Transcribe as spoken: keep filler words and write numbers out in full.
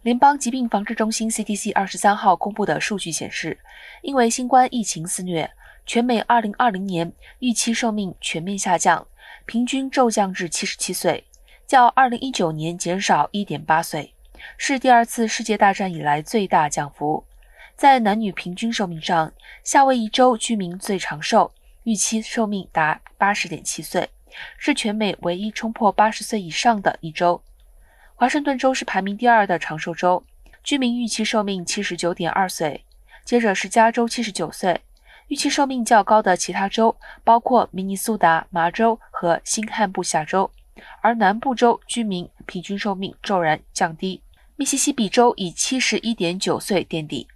联邦疾病防治中心 C D C 二十三号公布的数据显示，因为新冠疫情肆虐，全美二零二零年预期寿命全面下降，平均骤降至七十七岁，较二零一九年减少 一点八岁，是第二次世界大战以来最大降幅。在男女平均寿命上，夏威夷州居民最长寿，预期寿命达 八十点七岁，是全美唯一冲破八十岁以上的一州。华盛顿州是排名第二的长寿州，居民预期寿命 七十九点二岁，接着是加州七十九岁。预期寿命较高的其他州包括明尼苏达、麻州和新罕布夏州，而南部州居民平均寿命骤然降低。密西西比州以 七十一点九岁垫底。